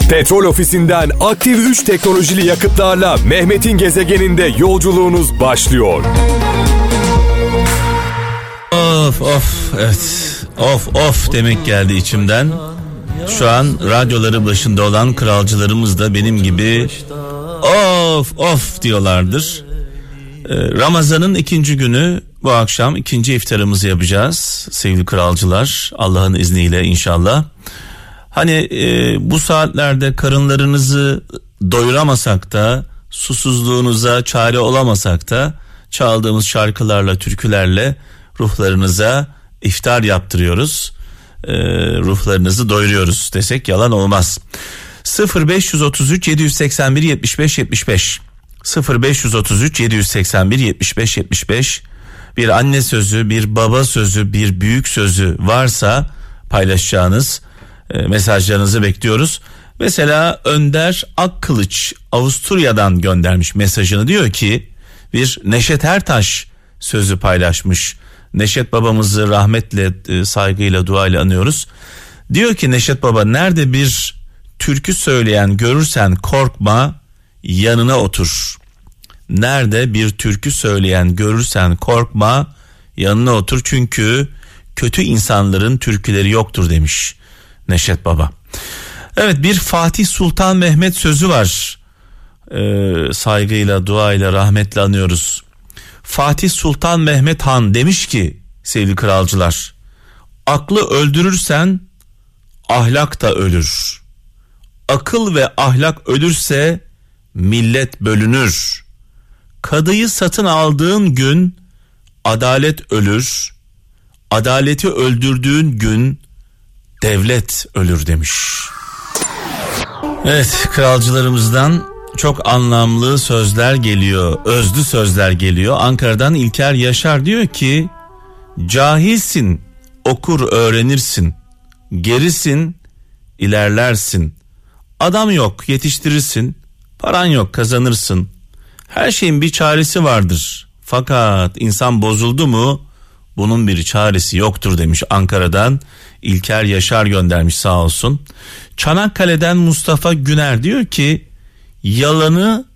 Petrol Ofisi'nden aktif 3 teknolojili yakıtlarla Mehmet'in gezegeninde yolculuğunuz başlıyor. Of demek geldi içimden. Şu an radyoları başında olan kralcılarımız da benim gibi of diyorlardır. Ramazan'ın 2. günü, bu akşam 2. iftarımızı yapacağız sevgili kralcılar, Allah'ın izniyle inşallah. Hani bu saatlerde karınlarınızı doyuramasak da, susuzluğunuza çare olamasak da çaldığımız şarkılarla, türkülerle ruhlarınıza iftar yaptırıyoruz. Ruhlarınızı doyuruyoruz desek yalan olmaz. 0533 781 75 75 0533 781 75 75 bir anne sözü, bir baba sözü, bir büyük sözü varsa paylaşacağınız mesajlarınızı bekliyoruz. Mesela Önder Akkılıç Avusturya'dan göndermiş mesajını, diyor ki bir Neşet Ertaş sözü paylaşmış. Neşet babamızı rahmetle, saygıyla, duayla anıyoruz. Diyor ki Neşet baba, nerede bir türkü söyleyen görürsen korkma, yanına otur. Nerede bir türkü söyleyen görürsen korkma, yanına otur, çünkü kötü insanların türküleri yoktur demiş Neşet baba. Evet, bir Fatih Sultan Mehmet sözü var. Saygıyla, duayla, rahmetle anıyoruz. Fatih Sultan Mehmet Han demiş ki sevgili kralcılar, aklı öldürürsen ahlak da ölür. Akıl ve ahlak ölürse millet bölünür. Kadıyı satın aldığın gün adalet ölür. Adaleti öldürdüğün gün devlet ölür demiş. Evet, kralcılarımızdan çok anlamlı sözler geliyor, özlü sözler geliyor. Ankara'dan İlker Yaşar diyor ki, cahilsin, okur öğrenirsin, gerisin, ilerlersin. Adam yok, yetiştirirsin, paran yok, kazanırsın. Her şeyin bir çaresi vardır. Fakat insan bozuldu mu bunun bir çaresi yoktur demiş Ankara'dan İlker Yaşar göndermiş, sağ olsun. Çanakkale'den Mustafa Güner diyor ki, yalanı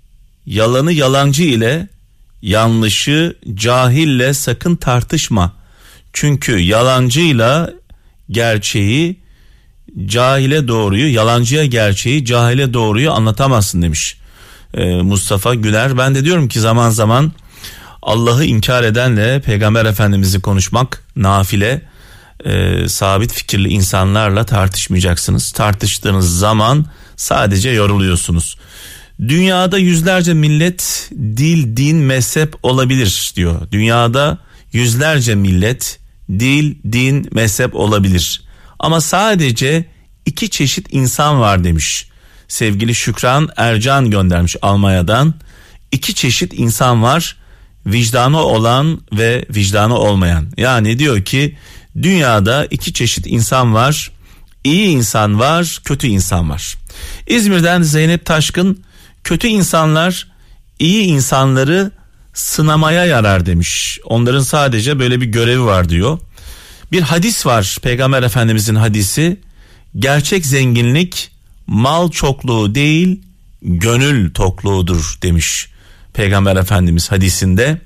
yalancı ile, yanlışı cahille sakın tartışma. Çünkü yalancıyla gerçeği, cahile doğruyu, yalancıya gerçeği, cahile doğruyu anlatamazsın demiş Mustafa Güler. Ben de diyorum ki zaman zaman Allah'ı inkar edenle Peygamber Efendimiz'i konuşmak nafile. Sabit fikirli insanlarla tartışmayacaksınız. Tartıştığınız zaman sadece yoruluyorsunuz. Dünyada yüzlerce millet, dil, din, mezhep olabilir diyor. Dünyada yüzlerce millet, dil, din, mezhep olabilir. Ama sadece 2 çeşit insan var demiş. Sevgili Şükran Ercan göndermiş Almanya'dan. 2 çeşit insan var. Vicdanı olan ve vicdanı olmayan. Yani diyor ki dünyada 2 çeşit insan var. İyi insan var, kötü insan var. İzmir'den Zeynep Taşkın, kötü insanlar iyi insanları sınamaya yarar demiş. Onların sadece böyle bir görevi var diyor. Bir hadis var, Peygamber Efendimizin hadisi. Gerçek zenginlik mal çokluğu değil, gönül tokluğudur demiş Peygamber Efendimiz hadisinde.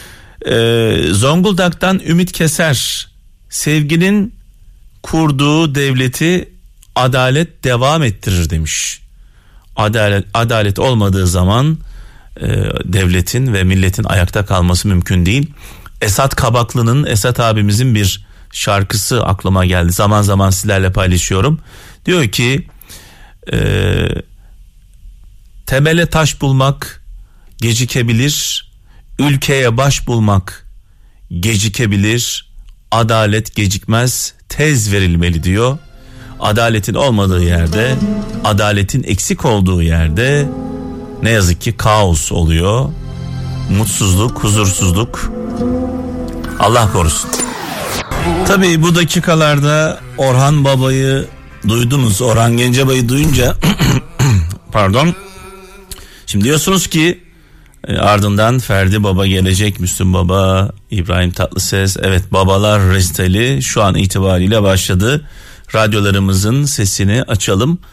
Zonguldak'tan Ümit Keser, sevginin kurduğu devleti adalet devam ettirir demiş. Adalet olmadığı zaman devletin ve milletin ayakta kalması mümkün değil. Esat Kabaklı'nın, Esat abimizin bir şarkısı aklıma geldi. Zaman zaman sizlerle paylaşıyorum. Diyor ki temele taş bulmak gecikebilir, ülkeye baş bulmak gecikebilir, adalet gecikmez, tez verilmeli diyor. Adaletin olmadığı yerde, adaletin eksik olduğu yerde ne yazık ki kaos oluyor. Mutsuzluk, huzursuzluk. Allah korusun. Tabii bu dakikalarda Orhan Baba'yı duydunuz. Orhan Gencebay'ı duyunca pardon. Şimdi diyorsunuz ki ardından Ferdi Baba gelecek, Müslüm Baba, İbrahim Tatlıses. Evet, babalar resitali şu an itibariyle başladı. Radyolarımızın sesini açalım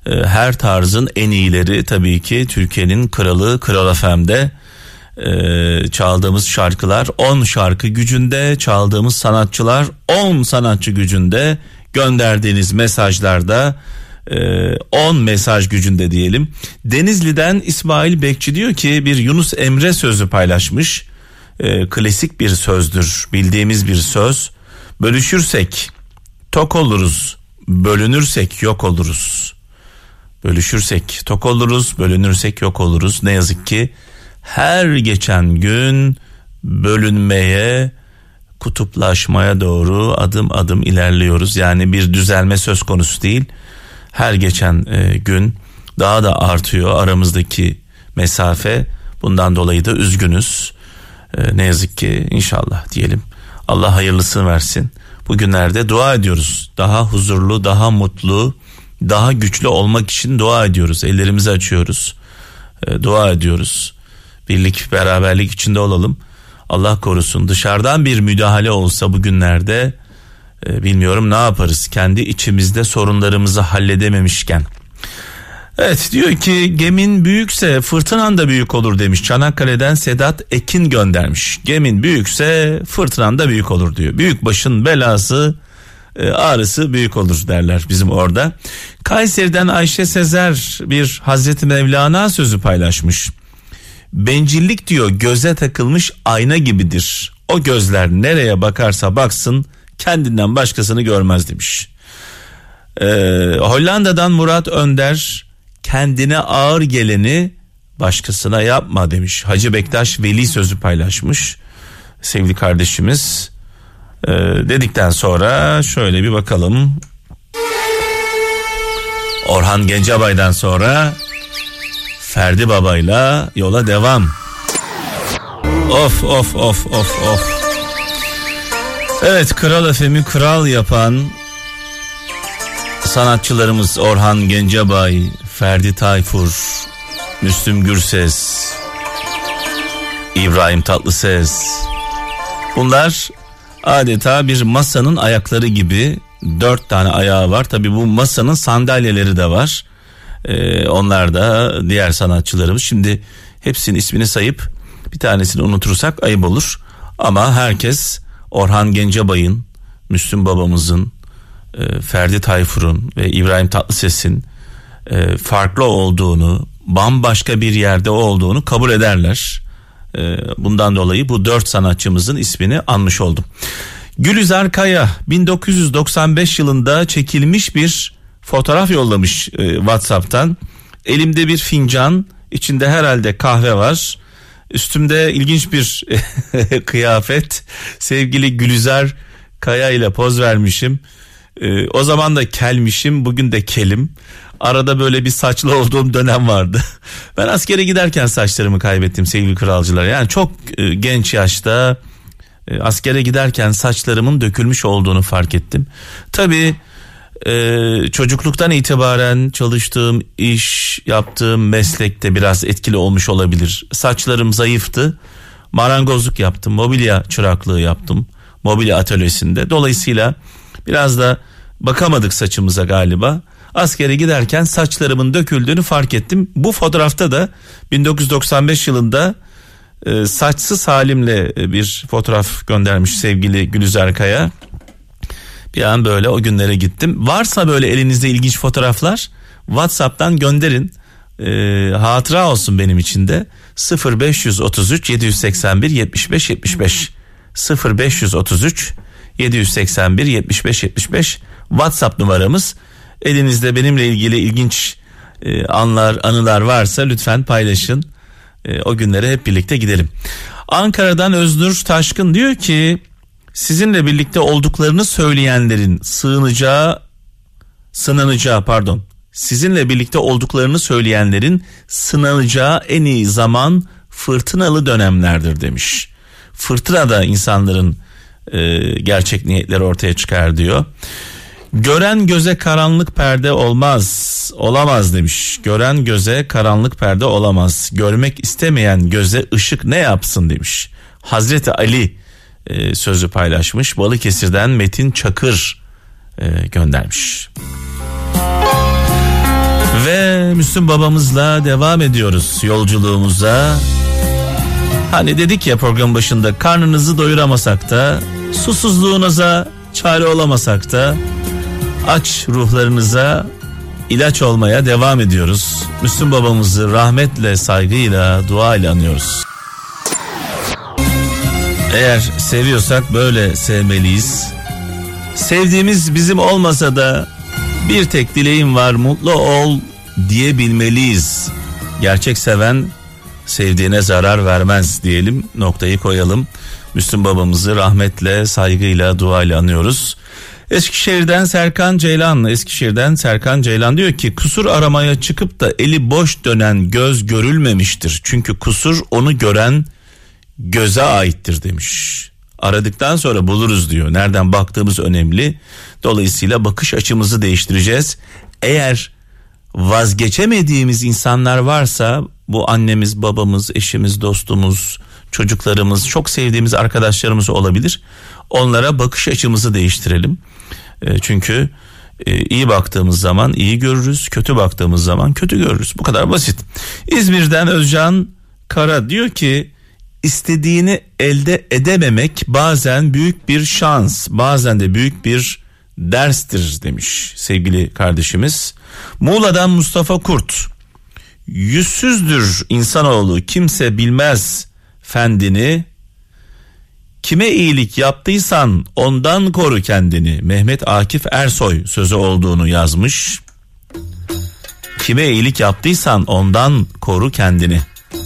Her tarzın en iyileri tabii ki Türkiye'nin kralı Kral FM'de. Çaldığımız şarkılar 10 şarkı gücünde, çaldığımız sanatçılar 10 sanatçı gücünde, gönderdiğiniz mesajlarda 10 mesaj gücünde diyelim. Denizli'den İsmail Bekçi diyor ki bir Yunus Emre sözü paylaşmış. Klasik bir sözdür, bildiğimiz bir söz. Bölüşürsek tok oluruz, bölünürsek yok oluruz. Bölüşürsek tok oluruz, bölünürsek yok oluruz. Ne yazık ki her geçen gün bölünmeye, kutuplaşmaya doğru adım adım ilerliyoruz. Yani bir düzelme söz konusu değil. Her geçen gün daha da artıyor aramızdaki mesafe. Bundan dolayı da üzgünüz. Ne yazık ki, inşallah diyelim. Allah hayırlısını versin. Bugünlerde dua ediyoruz. Daha huzurlu, daha mutlu, daha güçlü olmak için dua ediyoruz. Ellerimizi açıyoruz. Dua ediyoruz. Birlik, beraberlik içinde olalım. Allah korusun. Dışarıdan bir müdahale olsa bugünlerde bilmiyorum ne yaparız. Kendi içimizde sorunlarımızı halledememişken. Evet, diyor ki gemin büyükse fırtınan da büyük olur demiş. Çanakkale'den Sedat Ekin göndermiş. Gemin büyükse fırtınan da büyük olur diyor. Büyük başın belası, ağrısı büyük olur derler bizim orada. Kayseri'den Ayşe Sezer bir Hazreti Mevlana sözü paylaşmış. Bencillik diyor göze takılmış ayna gibidir. O gözler nereye bakarsa baksın kendinden başkasını görmez demiş. Hollanda'dan Murat Önder kendine ağır geleni başkasına yapma demiş. Hacı Bektaş Veli sözü paylaşmış sevgili kardeşimiz. Dedikten sonra şöyle bir bakalım. Orhan Gencebay'dan sonra Ferdi Baba'yla yola devam. Of of of of of. Evet, Kral FM'i kral yapan sanatçılarımız Orhan Gencebay, Ferdi Tayfur, Müslüm Gürses, İbrahim Tatlıses. Bunlar adeta bir masanın ayakları gibi, 4 tane ayağı var. Tabii bu masanın sandalyeleri de var. Onlar da diğer sanatçılarımız. Şimdi hepsinin ismini sayıp bir tanesini unutursak ayıp olur. Ama herkes Orhan Gencebay'ın, Müslüm babamızın, Ferdi Tayfur'un ve İbrahim Tatlıses'in farklı olduğunu, bambaşka bir yerde olduğunu kabul ederler. Bundan dolayı bu 4 sanatçımızın ismini anmış oldum. Gülizar Kaya 1995 yılında çekilmiş bir fotoğraf yollamış WhatsApp'tan. Elimde bir fincan, içinde herhalde kahve var. Üstümde ilginç bir kıyafet. Sevgili Gülizar Kaya ile poz vermişim. O zaman da kelmişim, bugün de kelim. Arada böyle bir saçlı olduğum dönem vardı. Ben askere giderken saçlarımı kaybettim sevgili kralcılar. Yani çok genç yaşta askere giderken saçlarımın dökülmüş olduğunu fark ettim. Tabii çocukluktan itibaren çalıştığım iş, yaptığım meslekte biraz etkili olmuş olabilir. Saçlarım zayıftı. Marangozluk yaptım, mobilya çıraklığı yaptım. Mobilya atölyesinde. Dolayısıyla biraz da bakamadık saçımıza galiba. Askere giderken saçlarımın döküldüğünü fark ettim. Bu fotoğrafta da 1995 yılında saçsız halimle bir fotoğraf göndermiş sevgili Gülizar Kaya. Bir an böyle o günlere gittim. Varsa böyle elinizde ilginç fotoğraflar WhatsApp'tan gönderin. Hatıra olsun benim için de. 0533 781 75 75 0533 781 75 75 WhatsApp numaramız. Elinizde benimle ilgili ilginç anılar varsa lütfen paylaşın. O günlere hep birlikte gidelim. Ankara'dan Öznur Taşkın diyor ki sizinle birlikte olduklarını söyleyenlerin sizinle birlikte olduklarını söyleyenlerin sınanacağı en iyi zaman fırtınalı dönemlerdir demiş. Fırtınada insanların gerçek niyetleri ortaya çıkar diyor. Gören göze karanlık perde olamaz demiş. Gören göze karanlık perde olamaz. Görmek istemeyen göze ışık ne yapsın demiş. Hazreti Ali sözü paylaşmış. Balıkesir'den Metin Çakır göndermiş. Müslüm babamızla devam ediyoruz yolculuğumuza. Hani dedik ya program başında, karnınızı doyuramasak da, susuzluğunuza çare olamasak da, aç ruhlarınıza ilaç olmaya devam ediyoruz. Müslüm babamızı rahmetle, saygıyla, duayla anıyoruz. Eğer seviyorsak böyle sevmeliyiz. Sevdiğimiz bizim olmasa da bir tek dileğim var, mutlu ol diyebilmeliyiz. Gerçek seven sevdiğine zarar vermez diyelim, noktayı koyalım. Müslüm babamızı rahmetle, saygıyla, duayla anıyoruz. Eskişehir'den Serkan Ceylan diyor ki, kusur aramaya çıkıp da eli boş dönen göz görülmemiştir. Çünkü kusur onu gören göze aittir demiş. Aradıktan sonra buluruz diyor. Nereden baktığımız önemli. Dolayısıyla bakış açımızı değiştireceğiz. Eğer vazgeçemediğimiz insanlar varsa, bu annemiz, babamız, eşimiz, dostumuz, çocuklarımız, çok sevdiğimiz arkadaşlarımız olabilir. Onlara bakış açımızı değiştirelim. Çünkü iyi baktığımız zaman iyi görürüz, kötü baktığımız zaman kötü görürüz. Bu kadar basit. İzmir'den Özcan Kara diyor ki, istediğini elde edememek bazen büyük bir şans, bazen de büyük bir derstir demiş sevgili kardeşimiz. Muğla'dan Mustafa Kurt, yüzsüzdür insanoğlu, kimse bilmez fendini, kime iyilik yaptıysan ondan koru kendini. Mehmet Akif Ersoy sözü olduğunu yazmış. Kime iyilik yaptıysan ondan koru kendini.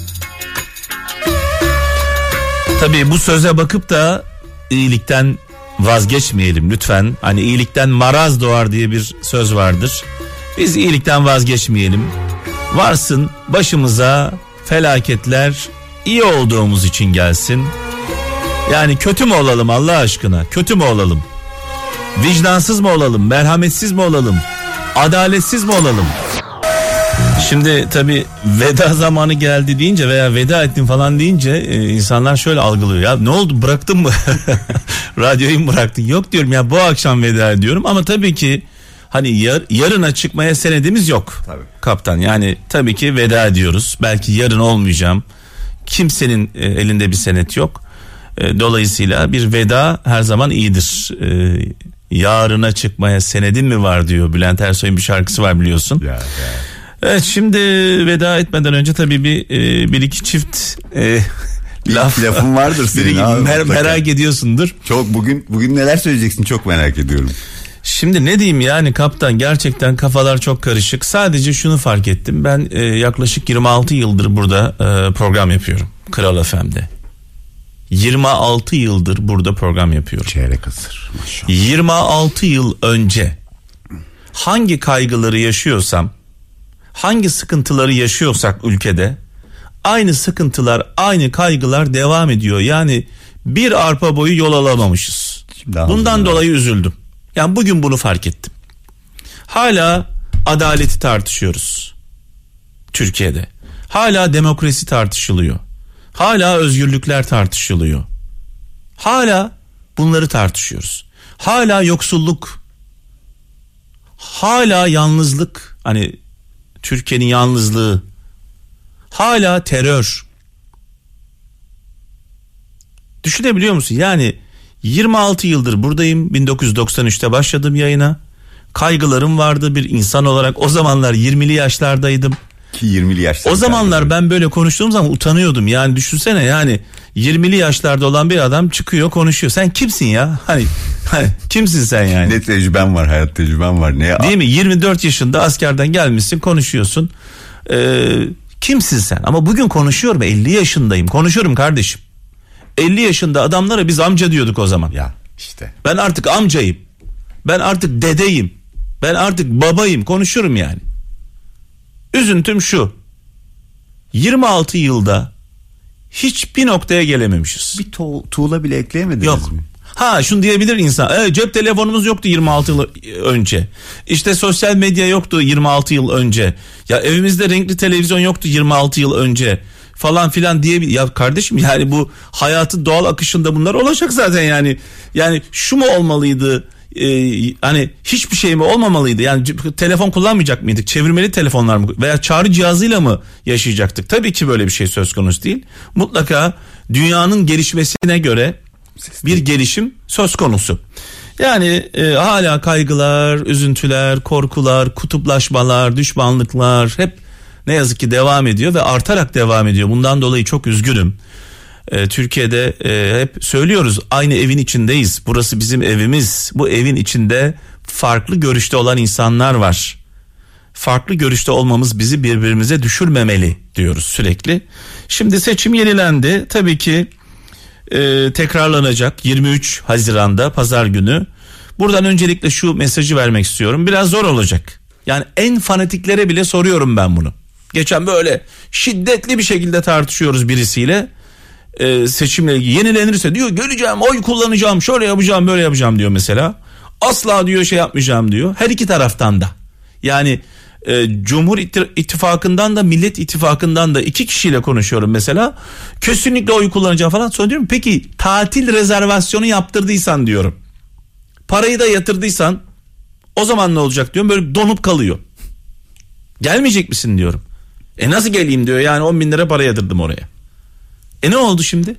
Tabii bu söze bakıp da iyilikten vazgeçmeyelim lütfen. Hani iyilikten maraz doğar diye bir söz vardır. Biz iyilikten vazgeçmeyelim. Varsın başımıza felaketler iyi olduğumuz için gelsin. Yani kötü mü olalım Allah aşkına? Kötü mü olalım? Vicdansız mı olalım? Merhametsiz mi olalım? Adaletsiz mi olalım? Şimdi tabii veda zamanı geldi deyince veya veda ettim falan deyince insanlar şöyle algılıyor. Ya ne oldu, bıraktın mı? Radyoyu mu bıraktın? Yok diyorum ya, bu akşam veda ediyorum. Ama tabii ki hani yarına çıkmaya senedimiz yok. Tabii. Kaptan, yani tabii ki veda ediyoruz. Belki yarın olmayacağım. Kimsenin elinde bir senet yok. Dolayısıyla bir veda her zaman iyidir. Yarına çıkmaya senedin mi var diyor. Bülent Ersoy'un bir şarkısı var biliyorsun. Ya. Evet, şimdi veda etmeden önce tabii bir iki çift lafın vardır senin abi. Merak ediyorsundur. Çok bugün neler söyleyeceksin, çok merak ediyorum. Şimdi ne diyeyim yani kaptan, gerçekten kafalar çok karışık. Sadece şunu fark ettim, ben yaklaşık 26 yıldır burada program yapıyorum Kral FM'de. 26 yıldır burada program yapıyorum. Çeyrek asır maşallah. 26 yıl önce hangi kaygıları yaşıyorsam, hangi sıkıntıları yaşıyorsak ülkede, aynı sıkıntılar, aynı kaygılar devam ediyor. Yani bir arpa boyu yol alamamışız. Bundan dolayı üzüldüm. Yani bugün bunu fark ettim. Hala adaleti tartışıyoruz Türkiye'de. Hala demokrasi tartışılıyor. Hala özgürlükler tartışılıyor. Hala bunları tartışıyoruz. Hala yoksulluk. Hala yalnızlık. Hani Türkiye'nin yalnızlığı. Hala terör. Düşünebiliyor musun? Yani 26 yıldır buradayım. 1993'te başladım yayına. Kaygılarım vardı bir insan olarak. O zamanlar 20'li yaşlardaydım. Ki 20'li yaşlarda. O zamanlar ben böyle konuştuğum zaman utanıyordum. Yani düşünsene, yani 20'li yaşlarda olan bir adam çıkıyor konuşuyor. Sen kimsin ya? Hani kimsin sen yani? Ne tecrüben var, hayat tecrüben var. Ne? Değil mi? 24 yaşında askerden gelmişsin, konuşuyorsun. Kimsin sen? Ama bugün konuşuyorum, 50 yaşındayım. Konuşuyorum kardeşim. 50 yaşında adamlara biz amca diyorduk o zaman. Ya işte. Ben artık amcayım. Ben artık dedeyim. Ben artık babayım. Konuşurum yani. Üzüntüm şu: 26 yılda hiçbir noktaya gelememişiz. Bir tuğla bile ekleyemediniz Yok. mi? Ha, şunu diyebilir insan. Cep telefonumuz yoktu 26 yıl önce. İşte sosyal medya yoktu 26 yıl önce. Ya evimizde renkli televizyon yoktu 26 yıl önce. Falan filan diye. Ya kardeşim, yani bu hayatın doğal akışında bunlar olacak zaten yani. Yani şu mu olmalıydı? hani hiçbir şey mi olmamalıydı? Yani telefon kullanmayacak mıydık? Çevirmeli telefonlar mı veya çağrı cihazıyla mı yaşayacaktık? Tabii ki böyle bir şey söz konusu değil. Mutlaka dünyanın gelişmesine göre bir gelişim söz konusu. Yani hala kaygılar, üzüntüler, korkular, kutuplaşmalar, düşmanlıklar hep ne yazık ki devam ediyor ve artarak devam ediyor. Bundan dolayı çok üzgünüm. Türkiye'de hep söylüyoruz, aynı evin içindeyiz. Burası bizim evimiz. Bu evin içinde farklı görüşte olan insanlar var. Farklı görüşte olmamız bizi birbirimize düşürmemeli diyoruz sürekli. Şimdi seçim yenilendi. Tabii ki tekrarlanacak 23 Haziran'da pazar günü. Buradan öncelikle şu mesajı vermek istiyorum. Biraz zor olacak. Yani en fanatiklere bile soruyorum ben bunu. Geçen böyle şiddetli bir şekilde tartışıyoruz birisiyle. Seçimle ilgili yenilenirse diyor geleceğim, oy kullanacağım, şöyle yapacağım, böyle yapacağım diyor mesela. Asla diyor şey yapmayacağım diyor. Her iki taraftan da. Yani Cumhur İttifakı'ndan da Millet İttifakı'ndan da iki kişiyle konuşuyorum mesela. Kesinlikle oy kullanacağım falan. Sonra diyorum peki tatil rezervasyonu yaptırdıysan diyorum. Parayı da yatırdıysan o zaman ne olacak diyorum. Böyle donup kalıyor. Gelmeyecek misin diyorum. Nasıl geleyim diyor, yani 10 bin lira para yatırdım oraya. Ne oldu şimdi?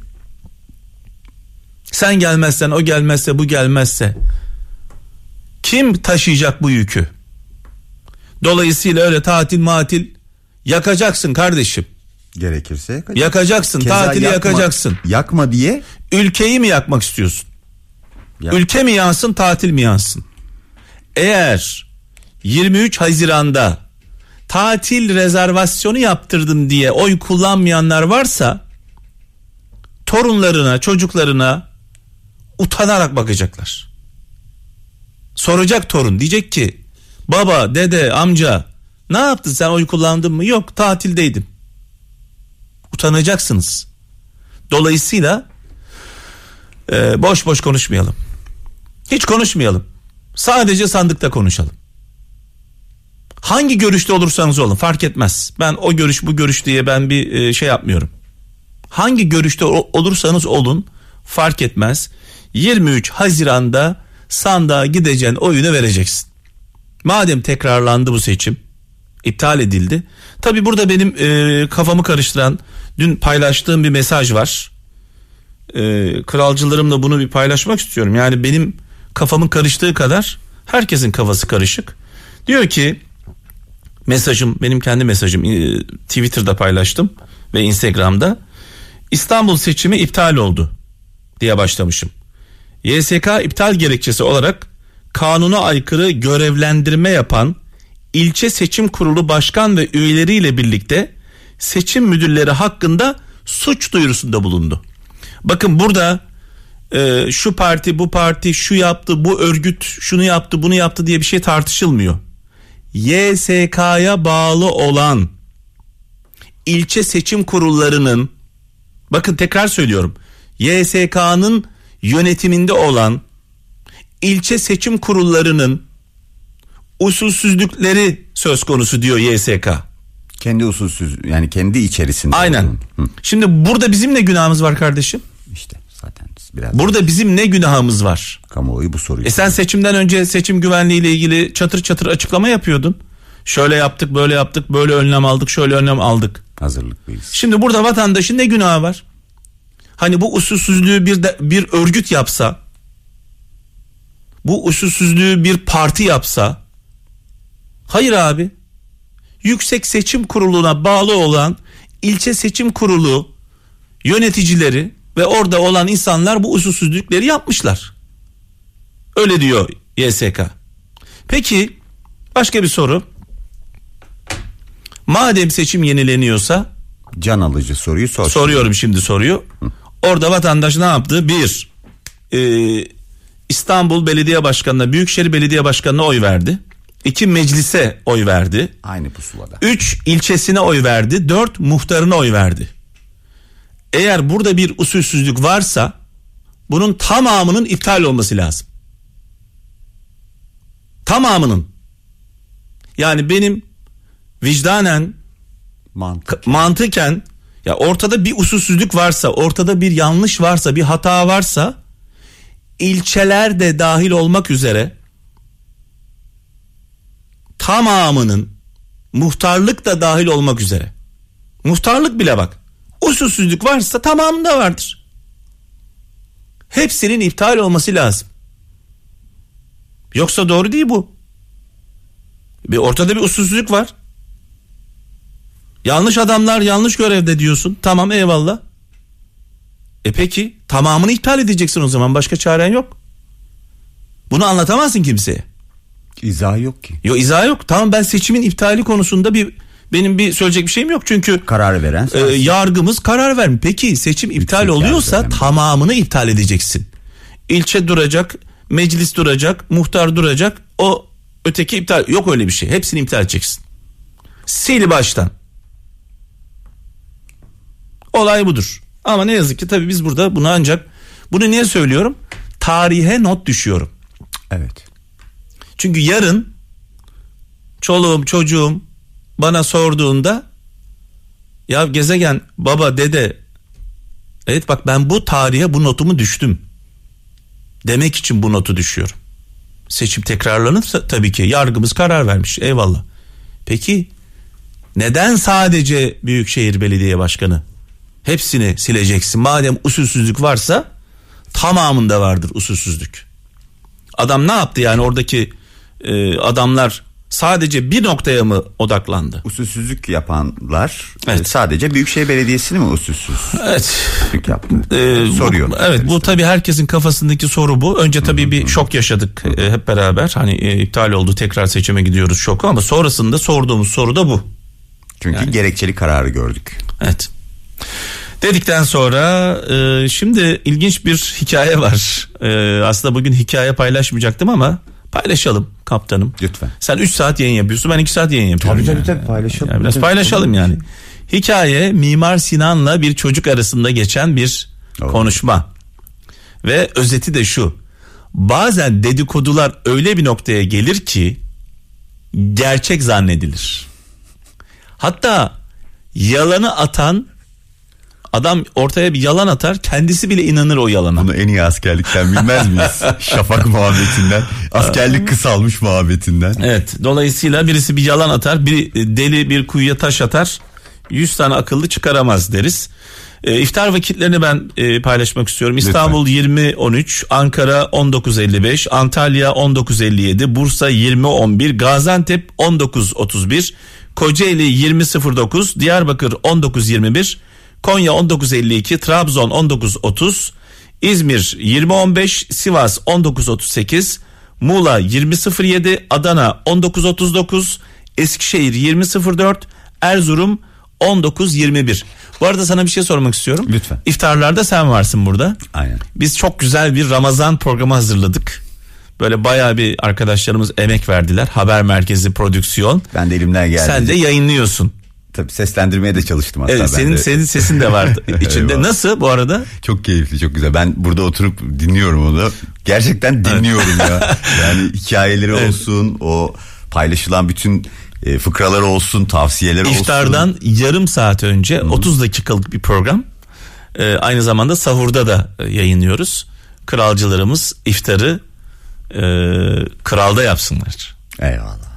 Sen gelmezsen, o gelmezse, bu gelmezse kim taşıyacak bu yükü? Dolayısıyla öyle tatil yakacaksın kardeşim. Gerekirse yakacaksın. Yakacaksın, tatili yakacaksın. Yakma diye. Ülkeyi mi yakmak istiyorsun? Ülke mi yansın, tatil mi yansın? Eğer 23 Haziran'da tatil rezervasyonu yaptırdım diye oy kullanmayanlar varsa torunlarına, çocuklarına utanarak bakacaklar. Soracak torun, diyecek ki baba, dede, amca ne yaptın sen, oy kullandın mı? Yok, tatildeydim. Utanacaksınız. Dolayısıyla boş boş konuşmayalım. Hiç konuşmayalım. Sadece sandıkta konuşalım. Hangi görüşte olursanız olun fark etmez. Ben o görüş bu görüş diye ben bir şey yapmıyorum. Hangi görüşte olursanız olun fark etmez. 23 Haziran'da sandığa gideceksin, oyunu vereceksin. Madem tekrarlandı bu seçim, iptal edildi. Tabii burada benim kafamı karıştıran, dün paylaştığım bir mesaj var. Kralcılarımla bunu bir paylaşmak istiyorum. Yani benim kafamın karıştığı kadar herkesin kafası karışık. Diyor ki mesajım, benim kendi mesajım, Twitter'da paylaştım ve Instagram'da. İstanbul seçimi iptal oldu diye başlamışım. YSK iptal gerekçesi olarak kanuna aykırı görevlendirme yapan ilçe seçim kurulu başkan ve üyeleriyle birlikte seçim müdürleri hakkında suç duyurusunda bulundu. Bakın burada şu parti, bu parti, şu yaptı, bu örgüt şunu yaptı, bunu yaptı diye bir şey tartışılmıyor. YSK'ya bağlı olan ilçe seçim kurullarının, bakın tekrar söylüyorum, YSK'nın yönetiminde olan ilçe seçim kurullarının usulsüzlükleri söz konusu diyor YSK. Kendi usulsüz, yani kendi içerisinde. Aynen. Şimdi burada bizim ne günahımız var kardeşim? İşte zaten biraz. Burada bizim ne günahımız var? Kamuoyu bu soruyu. Sen seçimden önce seçim güvenliği ile ilgili çatır çatır açıklama yapıyordun. Şöyle yaptık, böyle yaptık, böyle önlem aldık, şöyle önlem aldık. Hazırlıklıyız. Şimdi burada vatandaşın ne günahı var? Hani bu usulsüzlüğü bir örgüt yapsa, bu usulsüzlüğü bir parti yapsa, hayır abi. Yüksek Seçim Kurulu'na bağlı olan ilçe seçim kurulu yöneticileri ve orada olan insanlar bu usulsüzlükleri yapmışlar. Öyle diyor YSK. Peki başka bir soru. Madem seçim yenileniyorsa, can alıcı soruyu sor. Soruyorum şimdi soruyu. Orada vatandaş ne yaptı? Bir, İstanbul Belediye Başkanı'na, Büyükşehir Belediye Başkanı'na oy verdi. 2 meclise oy verdi. Aynı pusulada. 3 ilçesine oy verdi. 4 muhtarına oy verdi. Eğer burada bir usulsüzlük varsa bunun tamamının iptal olması lazım. Tamamının. Yani benim vicdanen, mantıken ya ortada bir usulsüzlük varsa, ortada bir yanlış varsa, bir hata varsa ilçeler de dahil olmak üzere tamamının, muhtarlık da dahil olmak üzere, muhtarlık bile bak, usulsüzlük varsa tamamında vardır. Hepsinin iptal olması lazım. Yoksa doğru değil bu. Ortada bir usulsüzlük var. Yanlış adamlar yanlış görevde diyorsun. Tamam, eyvallah. Peki tamamını iptal edeceksin o zaman, başka çaren yok. Bunu anlatamazsın kimseye. İzahı yok ki. Yok, izahı yok. Tamam, ben seçimin iptali konusunda benim bir söyleyecek bir şeyim yok çünkü Kararı veren yargımız karar vermiş. Peki seçim iptal oluyorsa tamamını iptal edeceksin. İlçe duracak, meclis duracak, muhtar duracak, o öteki iptal. Yok öyle bir şey. Hepsini iptal edeceksin. Sil baştan. Olay budur. Ama ne yazık ki tabii biz burada bunu bunu niye söylüyorum? Tarihe not düşüyorum. Evet. Çünkü yarın çoluğum çocuğum bana sorduğunda, ya Gezegen baba dede, evet bak ben bu tarihe bu notumu düştüm demek için bu notu düşüyorum. Seçim tekrarlanırsa tabii ki yargımız karar vermiş, eyvallah. Peki neden sadece Büyükşehir Belediye Başkanı hepsini sileceksin? Madem usulsüzlük varsa tamamında vardır usulsüzlük. Adam ne yaptı yani, oradaki adamlar sadece bir noktaya mı odaklandı? Usulsüzlük yapanlar evet. Sadece Büyükşehir Belediyesi'ni mi usulsüzlük yaptı? Soruyor. Evet, bu tabii herkesin kafasındaki soru bu. Önce tabii bir şok yaşadık hep beraber. Hani iptal oldu, tekrar seçime gidiyoruz şoku, ama sonrasında sorduğumuz soru da bu. Çünkü yani gerekçeli kararı gördük. Evet. Dedikten sonra şimdi ilginç bir hikaye var. Aslında bugün hikaye paylaşmayacaktım ama paylaşalım kaptanım. Lütfen. Sen 3 saat yayın yapıyorsun, ben 2 saat yayın yapıyorum. Tabii paylaşalım. Yani biraz paylaşalım yani. Hikaye Mimar Sinan'la bir çocuk arasında geçen bir konuşma. Ve özeti de şu: bazen dedikodular öyle bir noktaya gelir ki gerçek zannedilir. Hatta yalanı atan adam ortaya bir yalan atar, kendisi bile inanır o yalana. Bunu en iyi askerlikten bilmez miyiz? Şafak muhabbetinden, askerlik kısalmış muhabbetinden. Evet, dolayısıyla birisi bir yalan atar, bir deli bir kuyuya taş atar, 100 tane akıllı çıkaramaz deriz. İftar vakitlerini ben paylaşmak istiyorum. İstanbul 20.13, Ankara 19.55, Antalya 19.57, Bursa 20.11, Gaziantep 19.31, Kocaeli 20.09, Diyarbakır 19.21, Konya 19.52, Trabzon 19.30, İzmir 20.15, Sivas 19.38, Muğla 20.07, Adana 19.39, Eskişehir 20.04, Erzurum 19.21. Bu arada sana bir şey sormak istiyorum. Lütfen. İftarlarda sen varsın burada. Aynen. Biz çok güzel bir Ramazan programı hazırladık. Böyle bayağı bir arkadaşlarımız emek verdiler. Haber merkezi prodüksiyon. Ben de elimden geldi. Sen de yayınlıyorsun. Tabii seslendirmeye de çalıştım hatta. Evet, senin sesin de vardı içinde. Nasıl bu arada? Çok keyifli, çok güzel. Ben burada oturup dinliyorum onu. Gerçekten dinliyorum ya. Yani hikayeleri olsun, o paylaşılan bütün fıkralar olsun, tavsiyeler olsun. İftardan yarım saat önce 30 dakikalık bir program. Aynı zamanda sahurda da yayınlıyoruz. Kralcılarımız iftarı kralda yapsınlar. Eyvallah.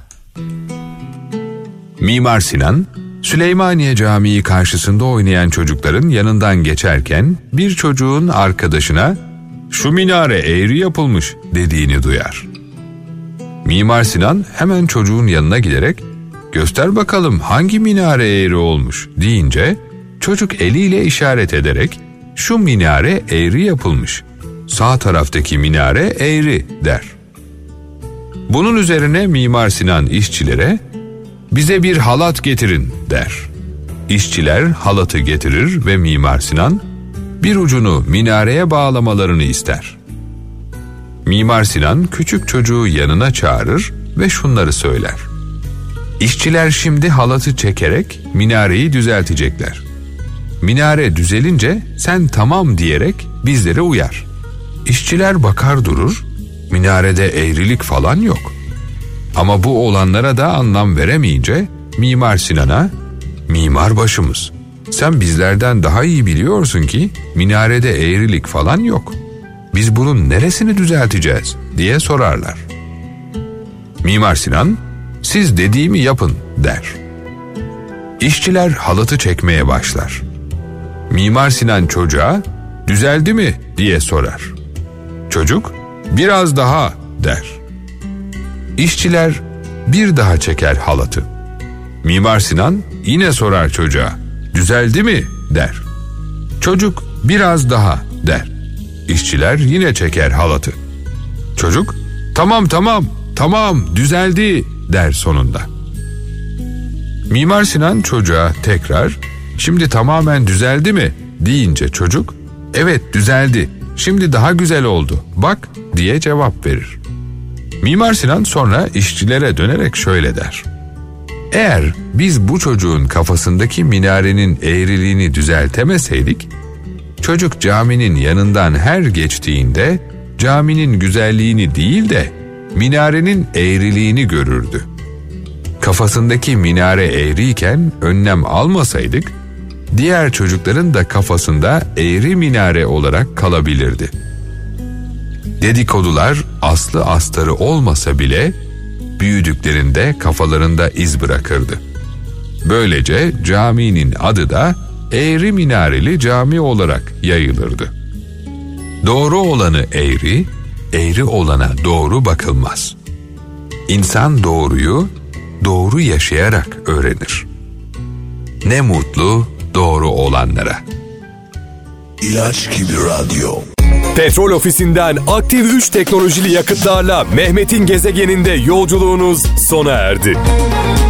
Mimar Sinan, Süleymaniye Camii karşısında oynayan çocukların yanından geçerken bir çocuğun arkadaşına "Şu minare eğri yapılmış" dediğini duyar. Mimar Sinan hemen çocuğun yanına giderek "Göster bakalım hangi minare eğri olmuş" deyince çocuk eliyle işaret ederek "Şu minare eğri yapılmış, sağ taraftaki minare eğri" der. Bunun üzerine Mimar Sinan işçilere "Bize bir halat getirin" der. İşçiler halatı getirir ve Mimar Sinan bir ucunu minareye bağlamalarını ister. Mimar Sinan küçük çocuğu yanına çağırır ve şunları söyler. İşçiler şimdi halatı çekerek minareyi düzeltecekler. Minare düzelince sen tamam diyerek bizlere uyar. İşçiler bakar durur, minarede eğrilik falan yok. Ama bu olanlara da anlam veremeyince Mimar Sinan'a "Mimar başımız, sen bizlerden daha iyi biliyorsun ki minarede eğrilik falan yok. biz bunun neresini düzelteceğiz diye sorarlar. Mimar Sinan, siz dediğimi yapın der. İşçiler halatı çekmeye başlar. Mimar Sinan çocuğa düzeldi mi diye sorar. Çocuk biraz daha der. İşçiler bir daha çeker halatı. Mimar Sinan yine sorar çocuğa düzeldi mi der. Çocuk biraz daha der. İşçiler yine çeker halatı. Çocuk tamam düzeldi der sonunda. Mimar Sinan çocuğa tekrar şimdi tamamen düzeldi mi deyince çocuk evet düzeldi şimdi daha güzel oldu bak diye cevap verir. Mimar Sinan sonra işçilere dönerek şöyle der. Eğer biz bu çocuğun kafasındaki minarenin eğriliğini düzeltemeseydik, çocuk caminin yanından her geçtiğinde caminin güzelliğini değil de minarenin eğriliğini görürdü. Kafasındaki minare eğriyken önlem almasaydık, diğer çocukların da kafasında eğri minare olarak kalabilirdi. Dedikodular aslı astarı olmasa bile büyüdüklerinde kafalarında iz bırakırdı. Böylece caminin adı da Eğri Minareli Cami olarak yayılırdı. Doğru olanı eğri, eğri olana doğru bakılmaz. İnsan doğruyu doğru yaşayarak öğrenir. Ne mutlu doğru olanlara. İlaç gibi radyo. Petrol Ofisi'nden aktif 3 teknolojili yakıtlarla Mehmet'in gezegeninde yolculuğunuz sona erdi.